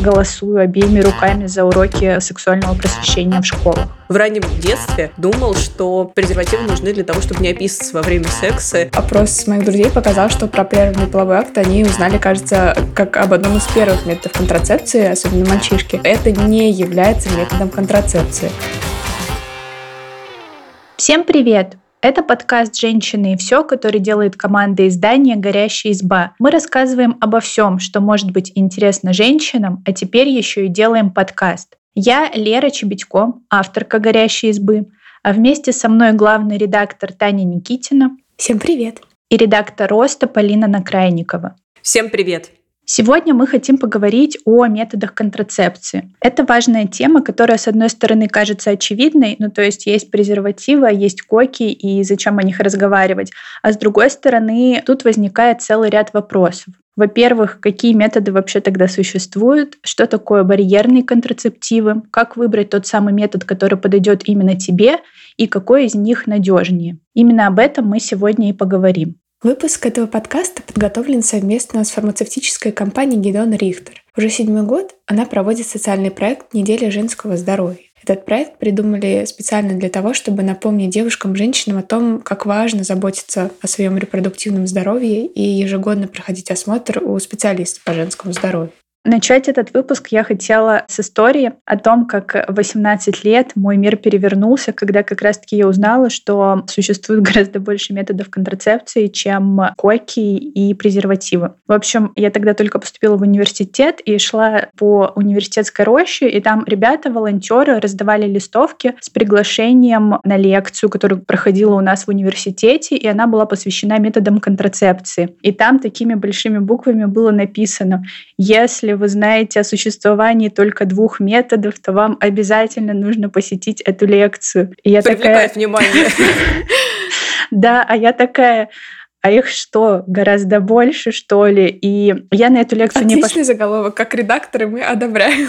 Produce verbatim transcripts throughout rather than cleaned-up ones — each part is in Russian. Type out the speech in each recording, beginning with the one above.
голосую обеими руками за уроки сексуального просвещения в школах. В раннем детстве думал, что презервативы нужны для того, чтобы не описываться во время секса. Опрос моих друзей показал, что про прерванный половой акт они узнали, кажется, как об одном из первых методов контрацепции, особенно мальчишки. Это не является методом контрацепции. Всем привет! Это подкаст «Женщины и все», который делает команда издания «Горящая изба». Мы рассказываем обо всем, что может быть интересно женщинам, а теперь еще и делаем подкаст. Я Лера Чебедько, авторка «Горящей избы», а вместе со мной главный редактор Таня Никитина. Всем привет! И редактор «Роста» Полина Накрайникова. Всем привет! Сегодня мы хотим поговорить о методах контрацепции. Это важная тема, которая, с одной стороны, кажется очевидной, ну то есть есть презервативы, есть коки, и зачем о них разговаривать, а с другой стороны, тут возникает целый ряд вопросов. Во-первых, какие методы вообще тогда существуют, что такое барьерные контрацептивы, как выбрать тот самый метод, который подойдет именно тебе, и какой из них надежнее. Именно об этом мы сегодня и поговорим. Выпуск этого подкаста подготовлен совместно с фармацевтической компанией Гедеон Рихтер. Уже седьмой год она проводит социальный проект «Неделя женского здоровья». Этот проект придумали специально для того, чтобы напомнить девушкам, женщинам о том, как важно заботиться о своем репродуктивном здоровье и ежегодно проходить осмотр у специалиста по женскому здоровью. Начать этот выпуск я хотела с истории о том, как в восемнадцать лет мой мир перевернулся, когда как раз-таки я узнала, что существует гораздо больше методов контрацепции, чем коки и презервативы. В общем, я тогда только поступила в университет и шла по университетской роще, и там ребята, волонтеры, раздавали листовки с приглашением на лекцию, которую проходила у нас в университете, и она была посвящена методам контрацепции. И там такими большими буквами было написано: «Если вы знаете о существовании только двух методов, то вам обязательно нужно посетить эту лекцию». И я Привлекает такая... внимание. Да, а я такая... А их что, гораздо больше, что ли? И я на эту лекцию не пошла. Отличный заголовок. Как редакторы мы одобряем.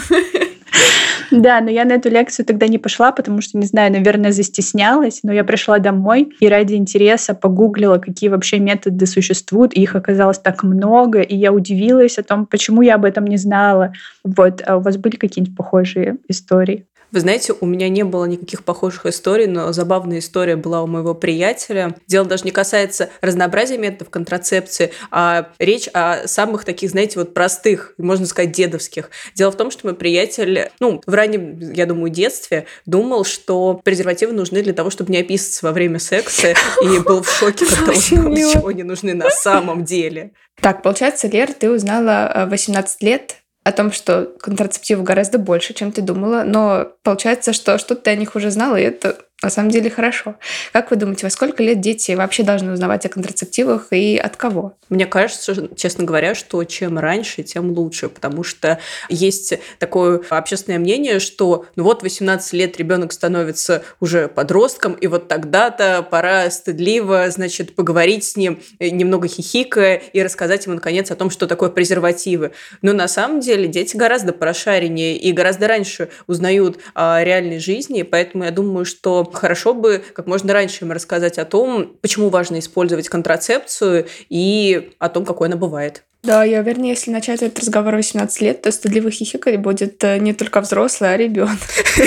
Да, но я на эту лекцию тогда не пошла, потому что, не знаю, наверное, застеснялась, но я пришла домой и ради интереса погуглила, какие вообще методы существуют, и их оказалось так много, и я удивилась о том, почему я об этом не знала. Вот, а у вас были какие-нибудь похожие истории? Вы знаете, у меня не было никаких похожих историй, но забавная история была у моего приятеля. Дело даже не касается разнообразия методов контрацепции, а речь о самых таких, знаете, вот простых, можно сказать, дедовских. Дело в том, что мой приятель, ну, в раннем, я думаю, детстве думал, что презервативы нужны для того, чтобы не описываться во время секса, и был в шоке, когда узнал, для чего они нужны на самом деле. Так, получается, Лер, ты узнала в восемнадцать лет о том, что контрацептивов гораздо больше, чем ты думала, но получается, что что-то ты о них уже знала, и это на самом деле хорошо. Как вы думаете, во сколько лет дети вообще должны узнавать о контрацептивах и от кого? Мне кажется, честно говоря, что чем раньше, тем лучше, потому что есть такое общественное мнение, что ну вот восемнадцать лет ребенок становится уже подростком, и вот тогда-то пора стыдливо, значит, поговорить с ним, немного хихикая, и рассказать ему, наконец, о том, что такое презервативы. Но на самом деле дети гораздо прошареннее и гораздо раньше узнают о реальной жизни, поэтому я думаю, что хорошо бы как можно раньше им рассказать о том, почему важно использовать контрацепцию и о том, какой она бывает. Да, я уверена, если начать этот разговор в восемнадцать лет, то стыдливо хихикать будет не только взрослый, а ребенок.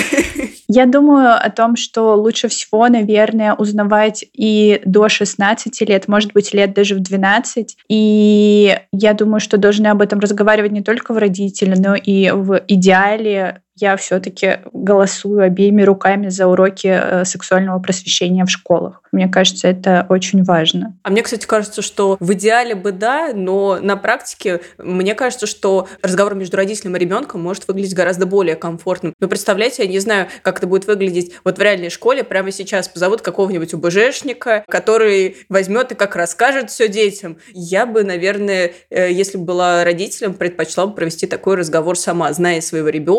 Я думаю о том, что лучше всего, наверное, узнавать и до шестнадцати лет, может быть, лет даже в двенадцать. И я думаю, что должны об этом разговаривать не только в родители, но и в идеале я все-таки голосую обеими руками за уроки сексуального просвещения в школах. Мне кажется, это очень важно. А мне, кстати, кажется, что в идеале бы да, но на практике мне кажется, что разговор между родителем и ребенком может выглядеть гораздо более комфортным. Но представляете, я не знаю, как это будет выглядеть вот в реальной школе. Прямо сейчас позовут какого-нибудь УБЖшника, который возьмет и как расскажет все детям. Я бы, наверное, если бы была родителем, предпочла бы провести такой разговор сама, зная своего ребенка,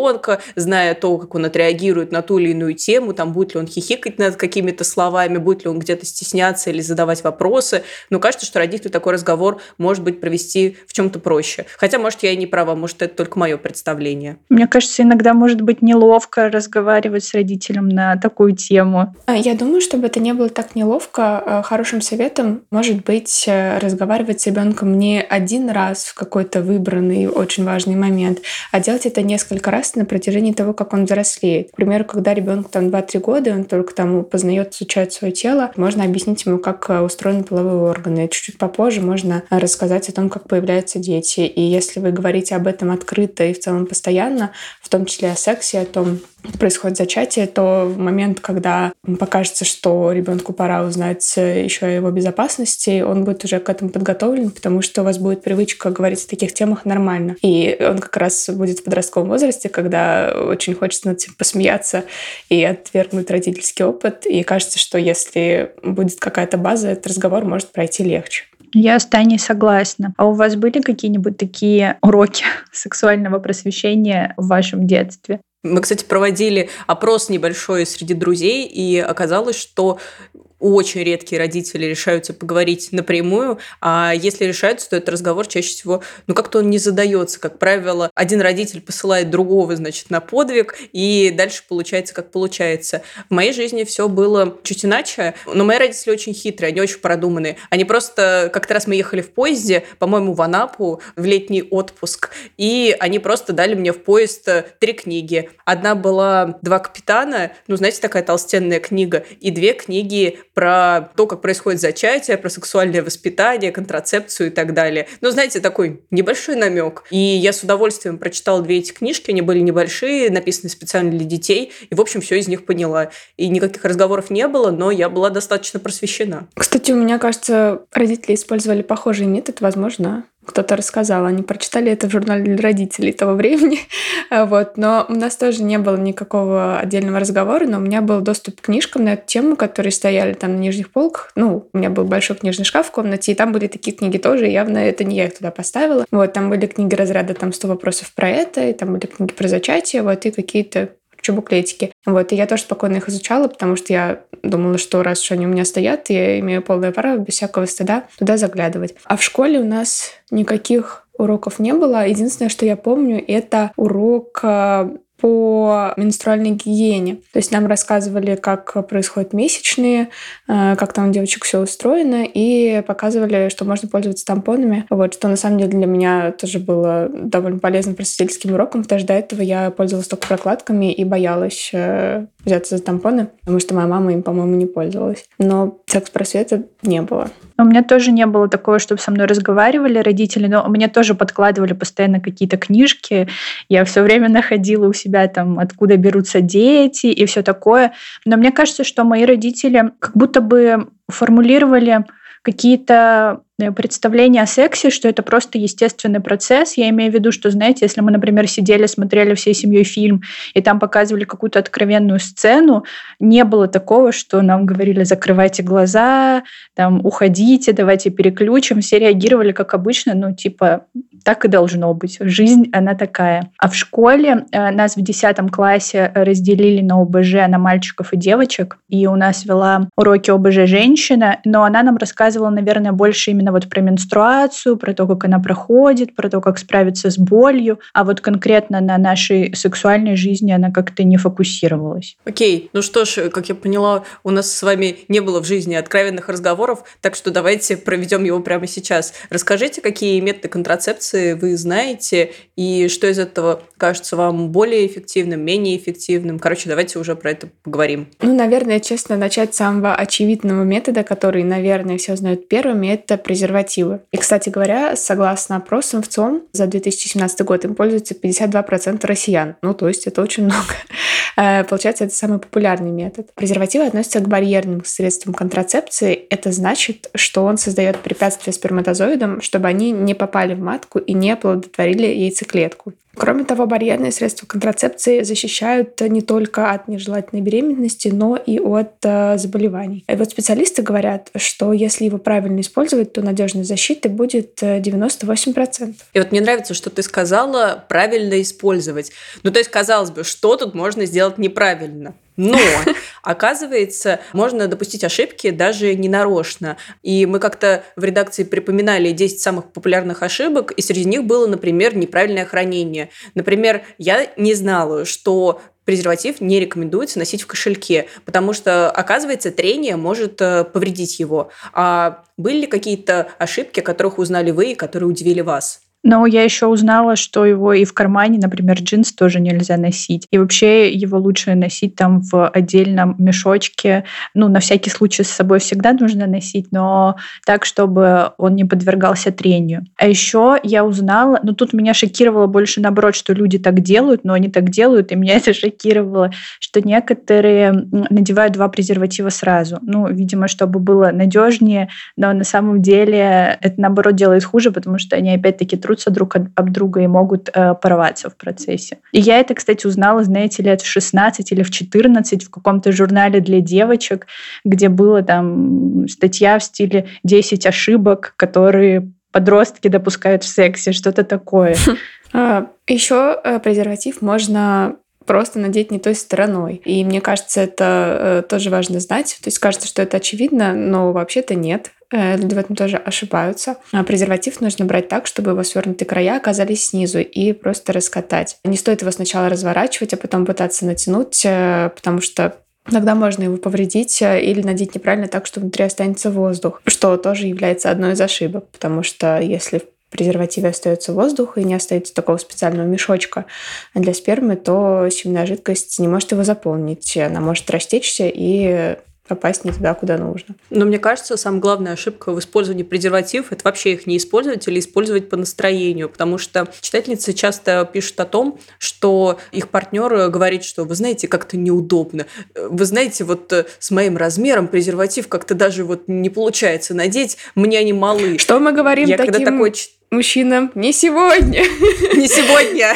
зная то, как он отреагирует на ту или иную тему, там, будет ли он хихикать над какими-то словами, будет ли он где-то стесняться или задавать вопросы. Но кажется, что родителю такой разговор, может быть, провести в чем-то проще. Хотя, может, я и не права, может, это только мое представление. Мне кажется, иногда может быть неловко разговаривать с родителем на такую тему. Я думаю, чтобы это не было так неловко, хорошим советом может быть разговаривать с ребенком не один раз в какой-то выбранный, очень важный момент, а делать это несколько раз на протяжении того, как он взрослеет. К примеру, когда ребенку там два-три года, он только там познает, изучает свое тело, можно объяснить ему, как устроены половые органы. Чуть-чуть попозже можно рассказать о том, как появляются дети. И если вы говорите об этом открыто и в целом постоянно, в том числе о сексе, о том, как происходит зачатие, то в момент, когда покажется, что ребенку пора узнать еще о его безопасности, он будет уже к этому подготовлен, потому что у вас будет привычка говорить о таких темах нормально. И он как раз будет в подростковом возрасте, когда очень хочется над этим посмеяться и отвергнуть родительский опыт. И кажется, что если будет какая-то база, этот разговор может пройти легче. Я с Таней согласна. А у вас были какие-нибудь такие уроки сексуального просвещения в вашем детстве? Мы, кстати, проводили опрос небольшой среди друзей, и оказалось, что очень редкие родители решаются поговорить напрямую, а если решаются, то этот разговор чаще всего, ну, как-то он не задается. Как правило, один родитель посылает другого, значит, на подвиг, и дальше получается, как получается. В моей жизни все было чуть иначе, но мои родители очень хитрые, они очень продуманные. Они просто, как-то раз мы ехали в поезде, по-моему, в Анапу, в летний отпуск, и они просто дали мне в поезд три книги. Одна была «Два капитана», ну, знаете, такая толстенная книга, и две книги про то, как происходит зачатие, про сексуальное воспитание, контрацепцию и так далее. Ну, знаете, такой небольшой намек. И я с удовольствием прочитала две эти книжки, они были небольшие, написаны специально для детей, и, в общем, все из них поняла. И никаких разговоров не было, но я была достаточно просвещена. Кстати, у меня, кажется, родители использовали похожий метод, возможно, кто-то рассказал, они прочитали это в журнале для родителей того времени, вот. Но у нас тоже не было никакого отдельного разговора, но у меня был доступ к книжкам на эту тему, которые стояли там на нижних полках. Ну, у меня был большой книжный шкаф в комнате, и там были такие книги тоже, и явно это не я их туда поставила. Вот, там были книги разряда там сто вопросов про это, и там были книги про зачатие, вот, и какие-то буклетики. Вот, и я тоже спокойно их изучала, потому что я думала, что раз уж они у меня стоят, я имею полное право без всякого стыда туда заглядывать. А в школе у нас никаких уроков не было. Единственное, что я помню, это урок по менструальной гигиене. То есть нам рассказывали, как происходят месячные, как там у девочек все устроено, и показывали, что можно пользоваться тампонами. Вот, что на самом деле для меня тоже было довольно полезным просветительским уроком, потому что до этого я пользовалась только прокладками и боялась взяться за тампоны, потому что моя мама им, по-моему, не пользовалась. Но секс-просвета не было. У меня тоже не было такого, чтобы со мной разговаривали родители, но мне тоже подкладывали постоянно какие-то книжки. Я все время находила у себя там, откуда берутся дети и все такое. Но мне кажется, что мои родители как будто бы формулировали какие-то представление о сексе, что это просто естественный процесс. Я имею в виду, что, знаете, если мы, например, сидели, смотрели всей семьей фильм, и там показывали какую-то откровенную сцену, не было такого, что нам говорили: закрывайте глаза, там, уходите, давайте переключим. Все реагировали как обычно, ну, типа, так и должно быть. Жизнь, она такая. А в школе нас в десятом классе разделили на ОБЖ, на мальчиков и девочек, и у нас вела уроки ОБЖ женщина, но она нам рассказывала, наверное, больше именно вот про менструацию, про то, как она проходит, про то, как справиться с болью, а вот конкретно на нашей сексуальной жизни она как-то не фокусировалась. Окей, ну что ж, как я поняла, у нас с вами не было в жизни откровенных разговоров, так что давайте проведем его прямо сейчас. Расскажите, какие методы контрацепции вы знаете, и что из этого кажется вам более эффективным, менее эффективным. Короче, давайте уже про это поговорим. Ну, наверное, честно, начать с самого очевидного метода, который, наверное, все знают первыми, это презервативы. И, кстати говоря, согласно опросам в ЦИОМ за две тысячи семнадцатый год им пользуются пятьдесят два процента россиян. Ну, то есть это очень много. Получается, это самый популярный метод. Презервативы относятся к барьерным средствам контрацепции. Это значит, что он создает препятствия сперматозоидам, чтобы они не попали в матку и не оплодотворили яйцеклетку. Кроме того, барьерные средства контрацепции защищают не только от нежелательной беременности, но и от э, заболеваний. И вот специалисты говорят, что если его правильно использовать, то надежной защиты будет девяносто восемь процентов. И вот мне нравится, что ты сказала правильно использовать. Ну, то есть, казалось бы, что тут можно сделать неправильно? Но, оказывается, можно допустить ошибки даже ненарочно. И мы как-то в редакции припоминали десять самых популярных ошибок, и среди них было, например, неправильное хранение. Например, я не знала, что презерватив не рекомендуется носить в кошельке, потому что, оказывается, трение может повредить его. А были ли какие-то ошибки, о которых узнали вы и которые удивили вас? Но я еще узнала, что его и в кармане, например, джинс тоже нельзя носить. И вообще его лучше носить там в отдельном мешочке. Ну, на всякий случай с собой всегда нужно носить, но так, чтобы он не подвергался трению. А еще я узнала, ну тут меня шокировало больше наоборот, что люди так делают, но они так делают, и меня это шокировало, что некоторые надевают два презерватива сразу. Ну, видимо, чтобы было надежнее, но на самом деле это наоборот делает хуже, потому что они опять-таки трутся друг об друга и могут э, порваться в процессе. И я это, кстати, узнала, знаете, лет в шестнадцать или в четырнадцать в каком-то журнале для девочек, где была там статья в стиле десять ошибок, которые подростки допускают в сексе, что-то такое. Еще презерватив можно просто надеть не той стороной. И мне кажется, это тоже важно знать. То есть кажется, что это очевидно, но вообще-то нет. Люди в этом тоже ошибаются. А презерватив нужно брать так, чтобы его свернутые края оказались снизу, и просто раскатать. Не стоит его сначала разворачивать, а потом пытаться натянуть, потому что тогда можно его повредить или надеть неправильно так, что внутри останется воздух, что тоже является одной из ошибок, потому что если в презервативе остается воздух и не остается такого специального мешочка для спермы, то семенная жидкость не может его заполнить. Она может растечься и попасть не туда, куда нужно. Но мне кажется, самая главная ошибка в использовании презервативов – это вообще их не использовать или использовать по настроению, потому что читательницы часто пишут о том, что их партнер говорит, что вы знаете, как-то неудобно. Вы знаете, вот с моим размером презерватив как-то даже вот не получается надеть, мне они малы. Что мы говорим Я таким такой... мужчинам? Не сегодня! Не сегодня!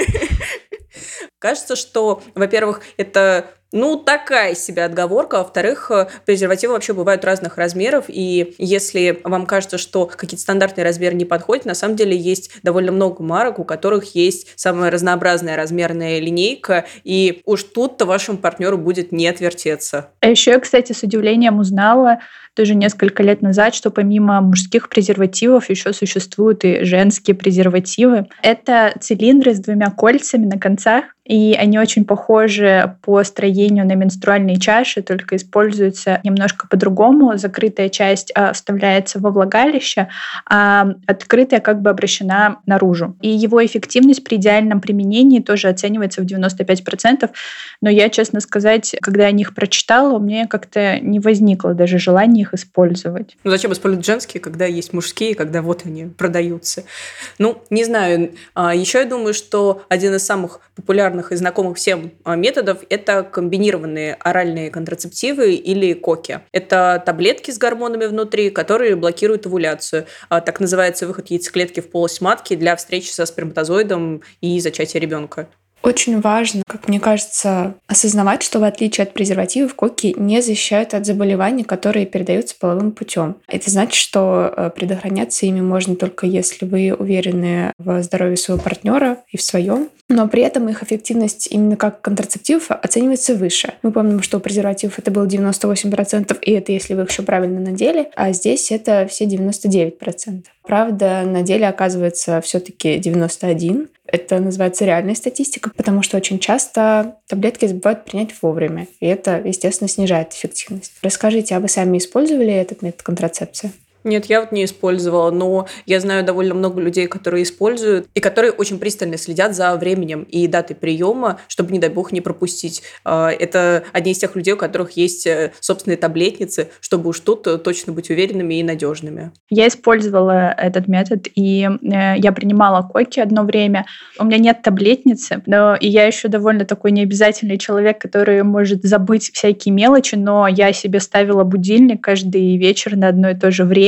Кажется, что, во-первых, это ну, такая себе отговорка. Во-вторых, презервативы вообще бывают разных размеров, и если вам кажется, что какие-то стандартные размеры не подходят, на самом деле есть довольно много марок, у которых есть самая разнообразная размерная линейка, и уж тут-то вашему партнеру будет не отвертеться. А еще я, кстати, с удивлением узнала тоже несколько лет назад, что помимо мужских презервативов еще существуют и женские презервативы. Это цилиндры с двумя кольцами на концах, и они очень похожи по строению на менструальные чаши, только используются немножко по-другому. Закрытая часть вставляется во влагалище, а открытая как бы обращена наружу. И его эффективность при идеальном применении тоже оценивается в девяносто пять процентов. Но я, честно сказать, когда я о них прочитала, у меня как-то не возникло даже желания их использовать. Ну зачем использовать женские, когда есть мужские, когда вот они продаются? Ну, не знаю. Еще я думаю, что один из самых популярных и знакомых всем методов – это комбинированные оральные контрацептивы или коки. Это таблетки с гормонами внутри, которые блокируют овуляцию. Так называется выход яйцеклетки в полость матки для встречи со сперматозоидом и зачатия ребенка. Очень важно, как мне кажется, осознавать, что в отличие от презервативов, коки не защищают от заболеваний, которые передаются половым путем. Это значит, что предохраняться ими можно только если вы уверены в здоровье своего партнера и в своем. Но при этом их эффективность именно как контрацептивов оценивается выше. Мы помним, что у презервативов это было девяносто восемь процентов, и это если вы их еще правильно надели, а здесь это все девяносто девять процентов. Правда, на деле оказывается все-таки девяносто один процент. Это называется реальная статистика, потому что очень часто таблетки забывают принять вовремя, и это, естественно, снижает эффективность. Расскажите, а вы сами использовали этот метод контрацепции? Нет, я вот не использовала, но я знаю довольно много людей, которые используют, и которые очень пристально следят за временем и датой приема, чтобы, не дай бог, не пропустить. Это одни из тех людей, у которых есть собственные таблетницы, чтобы уж тут точно быть уверенными и надежными. Я использовала этот метод, и я принимала коки одно время. У меня нет таблетницы, но и я еще довольно такой необязательный человек, который может забыть всякие мелочи, но я себе ставила будильник каждый вечер на одно и то же время,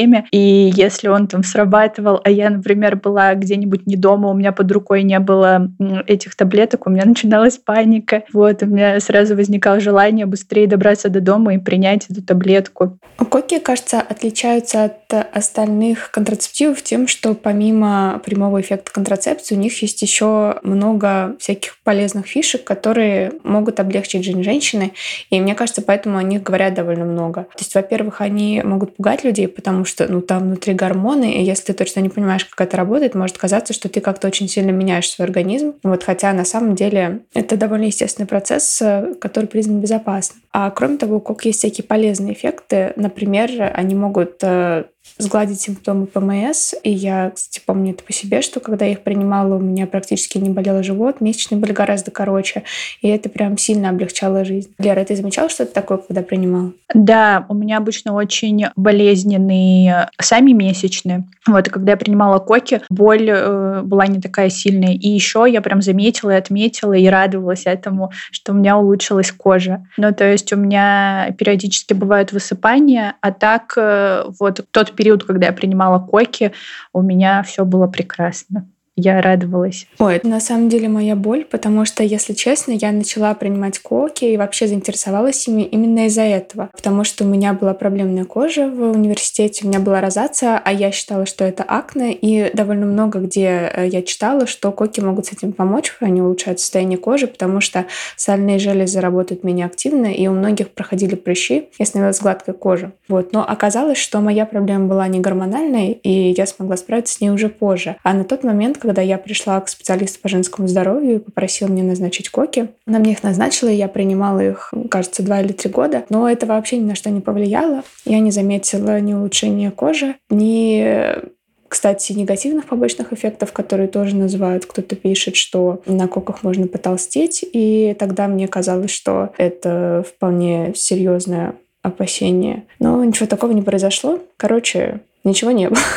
время. И если он там срабатывал, а я, например, была где-нибудь не дома, у меня под рукой не было этих таблеток, у меня начиналась паника. Вот, у меня сразу возникало желание быстрее добраться до дома и принять эту таблетку. Коки, кажется, отличаются от остальных контрацептивов тем, что помимо прямого эффекта контрацепции у них есть еще много всяких полезных фишек, которые могут облегчить жизнь женщины. И мне кажется, поэтому о них говорят довольно много. То есть, во-первых, они могут пугать людей, потому что ну, там внутри гормоны, и если ты точно не понимаешь, как это работает, может казаться, что ты как-то очень сильно меняешь свой организм. Вот, хотя на самом деле это довольно естественный процесс, который признан безопасным. А кроме того, у кок есть всякие полезные эффекты. Например, они могут сгладить симптомы ПМС. И я, кстати, помню это по себе, что когда я их принимала, у меня практически не болел живот, месячные были гораздо короче, и это прям сильно облегчало жизнь. Лера, ты замечала что-то такое, когда принимала? Да, у меня обычно очень болезненные сами месячные. Вот, и когда я принимала коки, боль э, была не такая сильная. И еще я прям заметила и отметила, и радовалась этому, что у меня улучшилась кожа. Ну, то есть у меня периодически бывают высыпания, а так э, вот тот период, когда я принимала коки, у меня все было прекрасно. Я радовалась. Ой, это на самом деле моя боль, потому что, если честно, я начала принимать коки и вообще заинтересовалась ими именно из-за этого. Потому что у меня была проблемная кожа в университете, у меня была розация, а я считала, что это акне, и довольно много где я читала, что коки могут с этим помочь, они улучшают состояние кожи, потому что сальные железы работают менее активно, и у многих проходили прыщи, и становилась гладкая кожа. Вот. Но оказалось, что моя проблема была не гормональной, и я смогла справиться с ней уже позже. А на тот момент, когда я пришла к специалисту по женскому здоровью и попросила мне назначить коки, она мне их назначила, и я принимала их, кажется, два или три года, но это вообще ни на что не повлияло. Я не заметила ни улучшения кожи, ни, кстати, негативных побочных эффектов, которые тоже называют. Кто-то пишет, что на коках можно потолстеть, и тогда мне казалось, что это вполне серьезное опасение. Но ничего такого не произошло. Короче, ничего не было.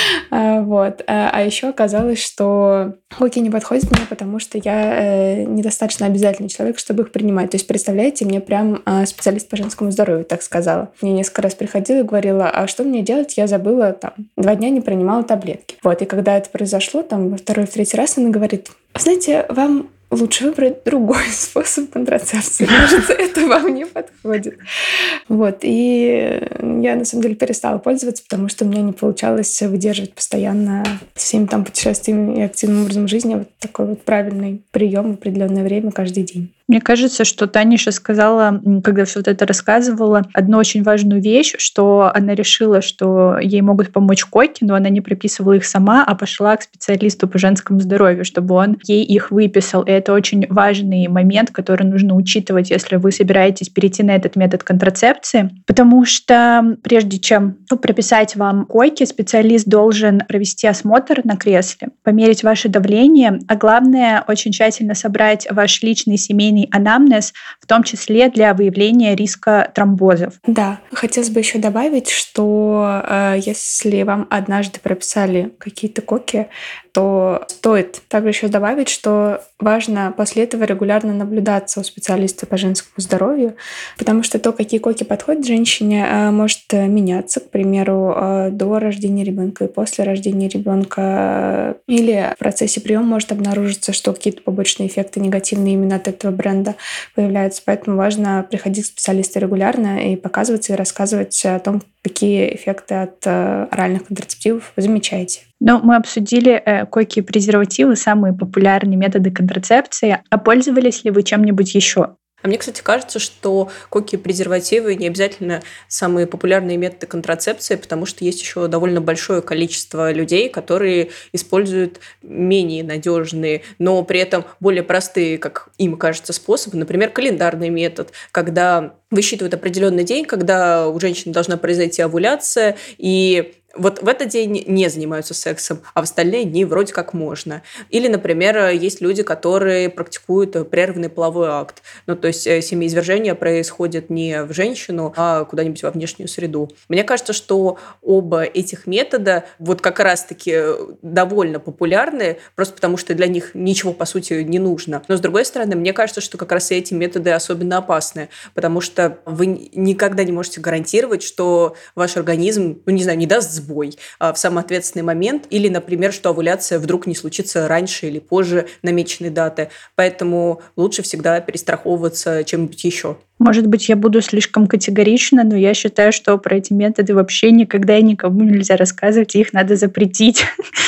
Вот. А еще оказалось, что коки не подходят мне, потому что я недостаточно обязательный человек, чтобы их принимать. То есть, представляете, мне прям специалист по женскому здоровью так сказала. Мне несколько раз приходила и говорила, а что мне делать? Я забыла, там, два дня не принимала таблетки. Вот. И когда это произошло, там, во второй, в третий раз она говорит, знаете, вам лучше выбрать другой способ контрацепции. Кажется, это вам не подходит. Вот. И я, на самом деле, перестала пользоваться, потому что у меня не получалось выдерживать постоянно всеми там путешествиями и активным образом жизни вот такой вот правильный прием в определенное время каждый день. Мне кажется, что Таниша сказала, когда все вот это рассказывала, одну очень важную вещь, что она решила, что ей могут помочь коки, но она не прописывала их сама, а пошла к специалисту по женскому здоровью, чтобы он ей их выписал. И это очень важный момент, который нужно учитывать, если вы собираетесь перейти на этот метод контрацепции, потому что прежде чем прописать вам койки, специалист должен провести осмотр на кресле, померить ваше давление, а главное, очень тщательно собрать ваш личный семейный анамнез, в том числе для выявления риска тромбозов. Да, хотелось бы еще добавить, что э, если вам однажды прописали какие-то коки, то стоит также еще добавить, что важно после этого регулярно наблюдаться у специалиста по женскому здоровью, потому что то, какие коки подходят женщине, может меняться, к примеру, до рождения ребенка и после рождения ребенка, или в процессе приема может обнаружиться, что какие-то побочные эффекты негативные именно от этого бренда появляются. Поэтому важно приходить к специалисту регулярно и показываться и рассказывать о том, какие эффекты от оральных контрацептивов вы замечаете. Ну, мы обсудили э, коки и презервативы, самые популярные методы контрацепции. А пользовались ли вы чем-нибудь еще? А мне, кстати, кажется, что коки и презервативы не обязательно самые популярные методы контрацепции, потому что есть еще довольно большое количество людей, которые используют менее надежные, но при этом более простые, как им кажется, способы. Например, календарный метод, когда высчитывают определенный день, когда у женщины должна произойти овуляция, и вот в этот день не занимаются сексом, а в остальные дни вроде как можно. Или, например, есть люди, которые практикуют прерванный половой акт. Ну, то есть семяизвержение происходит не в женщину, а куда-нибудь во внешнюю среду. Мне кажется, что оба этих метода вот как раз-таки довольно популярны, просто потому что для них ничего, по сути, не нужно. Но, с другой стороны, мне кажется, что как раз и эти методы особенно опасны, потому что вы никогда не можете гарантировать, что ваш организм, ну, не знаю, не даст сбой в самый ответственный момент, или, например, что овуляция вдруг не случится раньше или позже намеченной даты. Поэтому лучше всегда перестраховываться чем-нибудь еще. Может быть, я буду слишком категорична, но я считаю, что про эти методы вообще никогда и никому нельзя рассказывать, их надо запретить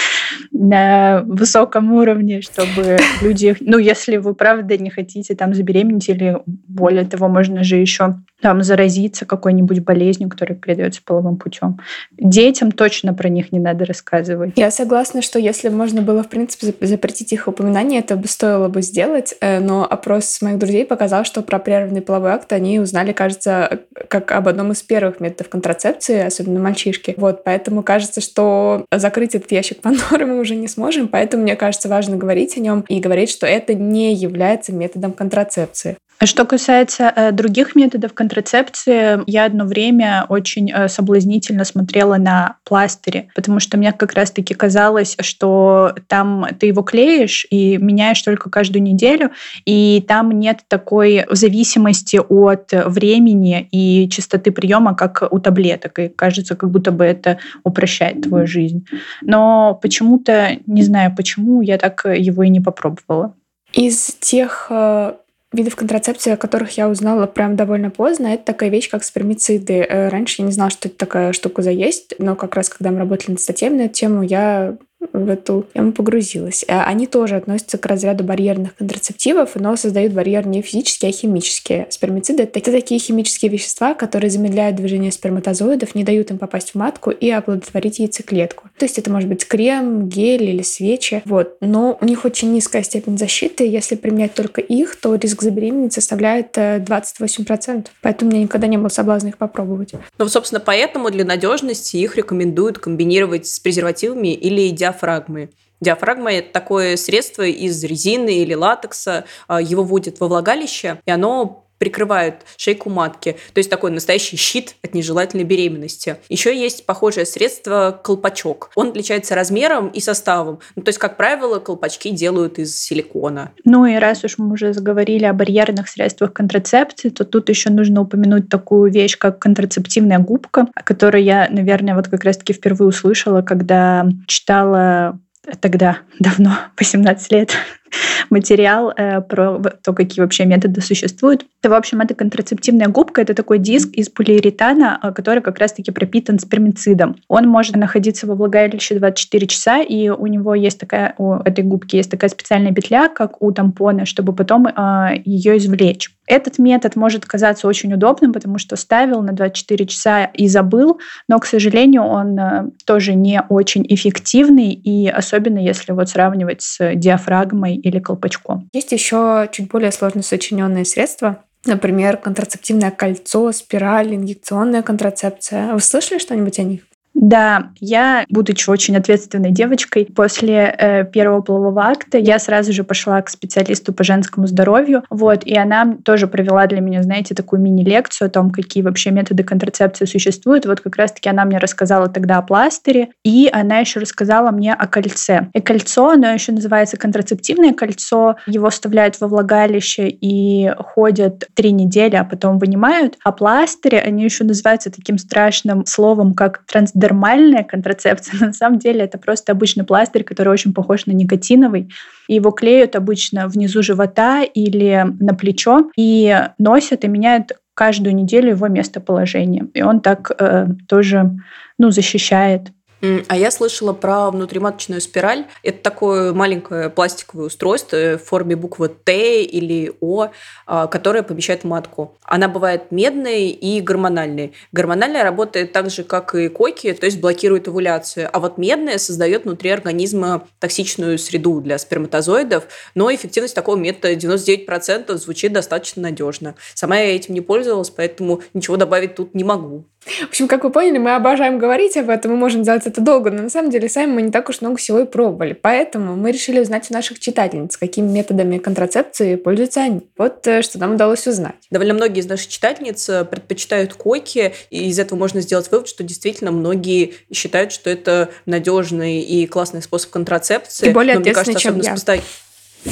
на высоком уровне, чтобы люди... Ну, если вы правда не хотите там забеременеть или, более того, можно же еще там заразиться какой-нибудь болезнью, которая передается половым путем. Детям точно про них не надо рассказывать. Я согласна, что если можно было, в принципе, запретить их упоминание, это бы стоило бы сделать, но опрос моих друзей показал, что про прерванный половой акт они узнали, кажется, как об одном из первых методов контрацепции, особенно мальчишки. Вот, поэтому кажется, что закрыть этот ящик Пандоры мы уже не сможем, поэтому, мне кажется, важно говорить о нем и говорить, что это не является методом контрацепции. Что касается э, других методов контрацепции, я одно время очень э, соблазнительно смотрела на пластыри, потому что мне как раз-таки казалось, что там ты его клеишь и меняешь только каждую неделю, и там нет такой зависимости от времени и частоты приема, как у таблеток, и кажется, как будто бы это упрощает твою жизнь. Но почему-то, не знаю почему, я так его и не попробовала. Из тех видов контрацепции, о которых я узнала прям довольно поздно, это такая вещь, как спермициды. Раньше я не знала, что это такая штука за есть, но как раз когда мы работали над статьей на эту тему, я в эту тему погрузилась. Они тоже относятся к разряду барьерных контрацептивов, но создают барьер не физический, а химический. Спермициды — это такие химические вещества, которые замедляют движение сперматозоидов, не дают им попасть в матку и оплодотворить яйцеклетку. То есть это может быть крем, гель или свечи. Вот. Но у них очень низкая степень защиты. Если применять только их, то риск забеременеть составляет двадцать восемь процентов. Поэтому у меня никогда не было соблазна их попробовать. Ну, собственно, поэтому для надежности их рекомендуют комбинировать с презервативами или диафрагмой. Диафрагма – это такое средство из резины или латекса. Его вводят во влагалище, и оно прикрывает шейку матки. То есть такой настоящий щит от нежелательной беременности. Еще есть похожее средство – колпачок. Он отличается размером и составом. Ну, то есть, как правило, колпачки делают из силикона. Ну и раз уж мы уже заговорили о барьерных средствах контрацепции, то тут еще нужно упомянуть такую вещь, как контрацептивная губка, о которой я, наверное, вот как раз-таки впервые услышала, когда читала тогда, давно, восемнадцать лет, материал э, про то, какие вообще методы существуют. Это, в общем, это контрацептивная губка, это такой диск из полиуретана, который как раз-таки пропитан спермицидом. Он может находиться во влагалище двадцать четыре часа, и у него есть такая, у этой губки есть такая специальная петля, как у тампона, чтобы потом э, ее извлечь. Этот метод может казаться очень удобным, потому что ставил на двадцать четыре часа и забыл, но, к сожалению, он э, тоже не очень эффективный, и особенно если вот сравнивать с диафрагмой или колпачком. Есть еще чуть более сложно сочиненные средства, например, контрацептивное кольцо, спираль, инъекционная контрацепция. Вы слышали что-нибудь о них? Да, я, будучи очень ответственной девочкой, после э, первого полового акта я сразу же пошла к специалисту по женскому здоровью, вот, и она тоже провела для меня, знаете, такую мини-лекцию о том, какие вообще методы контрацепции существуют. Вот как раз-таки она мне рассказала тогда о пластыре, и она еще рассказала мне о кольце. И кольцо, оно еще называется контрацептивное кольцо, его вставляют во влагалище и ходят три недели, а потом вынимают. А пластыри, они еще называются таким страшным словом, как трансдермальная Нормальная контрацепция. На самом деле это просто обычный пластырь, который очень похож на никотиновый. И его клеют обычно внизу живота или на плечо и носят и меняют каждую неделю его местоположение. И он так э, тоже ну, защищает. А я слышала про внутриматочную спираль. Это такое маленькое пластиковое устройство в форме буквы Т или О, которое помещает в матку. Она бывает медной и гормональной. Гормональная работает так же, как и койки, то есть блокирует овуляцию. А вот медная создает внутри организма токсичную среду для сперматозоидов, но эффективность такого метода девяносто девять процентов, звучит достаточно надежно. Сама я этим не пользовалась, поэтому ничего добавить тут не могу. В общем, как вы поняли, мы обожаем говорить об этом, мы можем делать это долго, но на самом деле сами мы не так уж много всего и пробовали. Поэтому мы решили узнать у наших читательниц, какими методами контрацепции пользуются они. Вот что нам удалось узнать. Довольно многие из наших читательниц предпочитают койки, и из этого можно сделать вывод, что действительно многие считают, что это надежный и классный способ контрацепции. И более но, ответственный, мне кажется, чем я. Способ...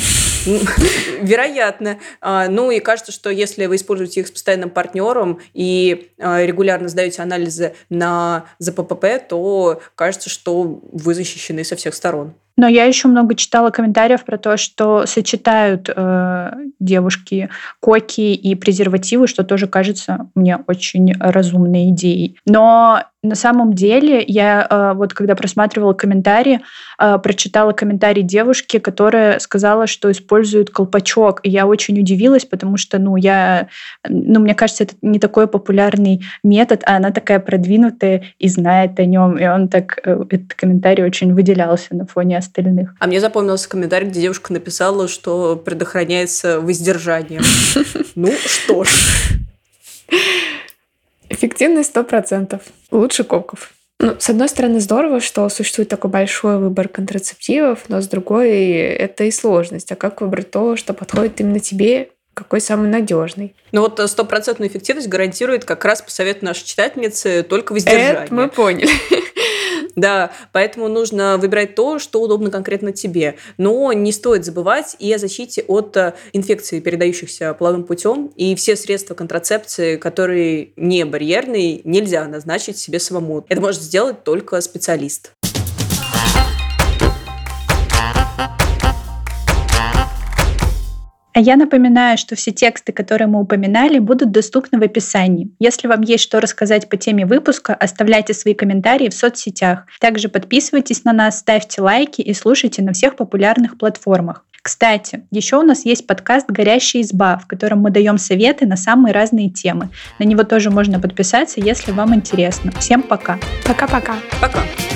Вероятно. Ну и кажется, что если вы используете их с постоянным партнером и регулярно сдаете анализы на ЗППП, то кажется, что вы защищены со всех сторон. Но я еще много читала комментариев про то, что сочетают э, девушки коки и презервативы, что тоже кажется мне очень разумной идеей. Но на самом деле я э, вот когда просматривала комментарии, э, прочитала комментарий девушки, которая сказала, что использует колпачок. И я очень удивилась, потому что, ну, я, ну, мне кажется, это не такой популярный метод, а она такая продвинутая и знает о нем. И он так, э, этот комментарий очень выделялся на фоне остальных. А мне запомнился комментарий, где девушка написала, что предохраняется воздержанием. Ну что ж. Эффективность сто процентов. Лучше коков. Ну, с одной стороны, здорово, что существует такой большой выбор контрацептивов, но с другой, это и сложность. А как выбрать то, что подходит именно тебе, какой самый надежный? Ну вот стопроцентную эффективность гарантирует как раз по совету нашей читательницы только воздержание. Это мы поняли. Да, поэтому нужно выбирать то, что удобно конкретно тебе. Но не стоит забывать и о защите от инфекций, передающихся половым путем. И все средства контрацепции, которые не барьерные, нельзя назначить себе самому. Это может сделать только специалист. А я напоминаю, что все тексты, которые мы упоминали, будут доступны в описании. Если вам есть что рассказать по теме выпуска, оставляйте свои комментарии в соцсетях. Также подписывайтесь на нас, ставьте лайки и слушайте на всех популярных платформах. Кстати, еще у нас есть подкаст «Горящая изба», в котором мы даем советы на самые разные темы. На него тоже можно подписаться, если вам интересно. Всем пока. Пока-пока. Пока.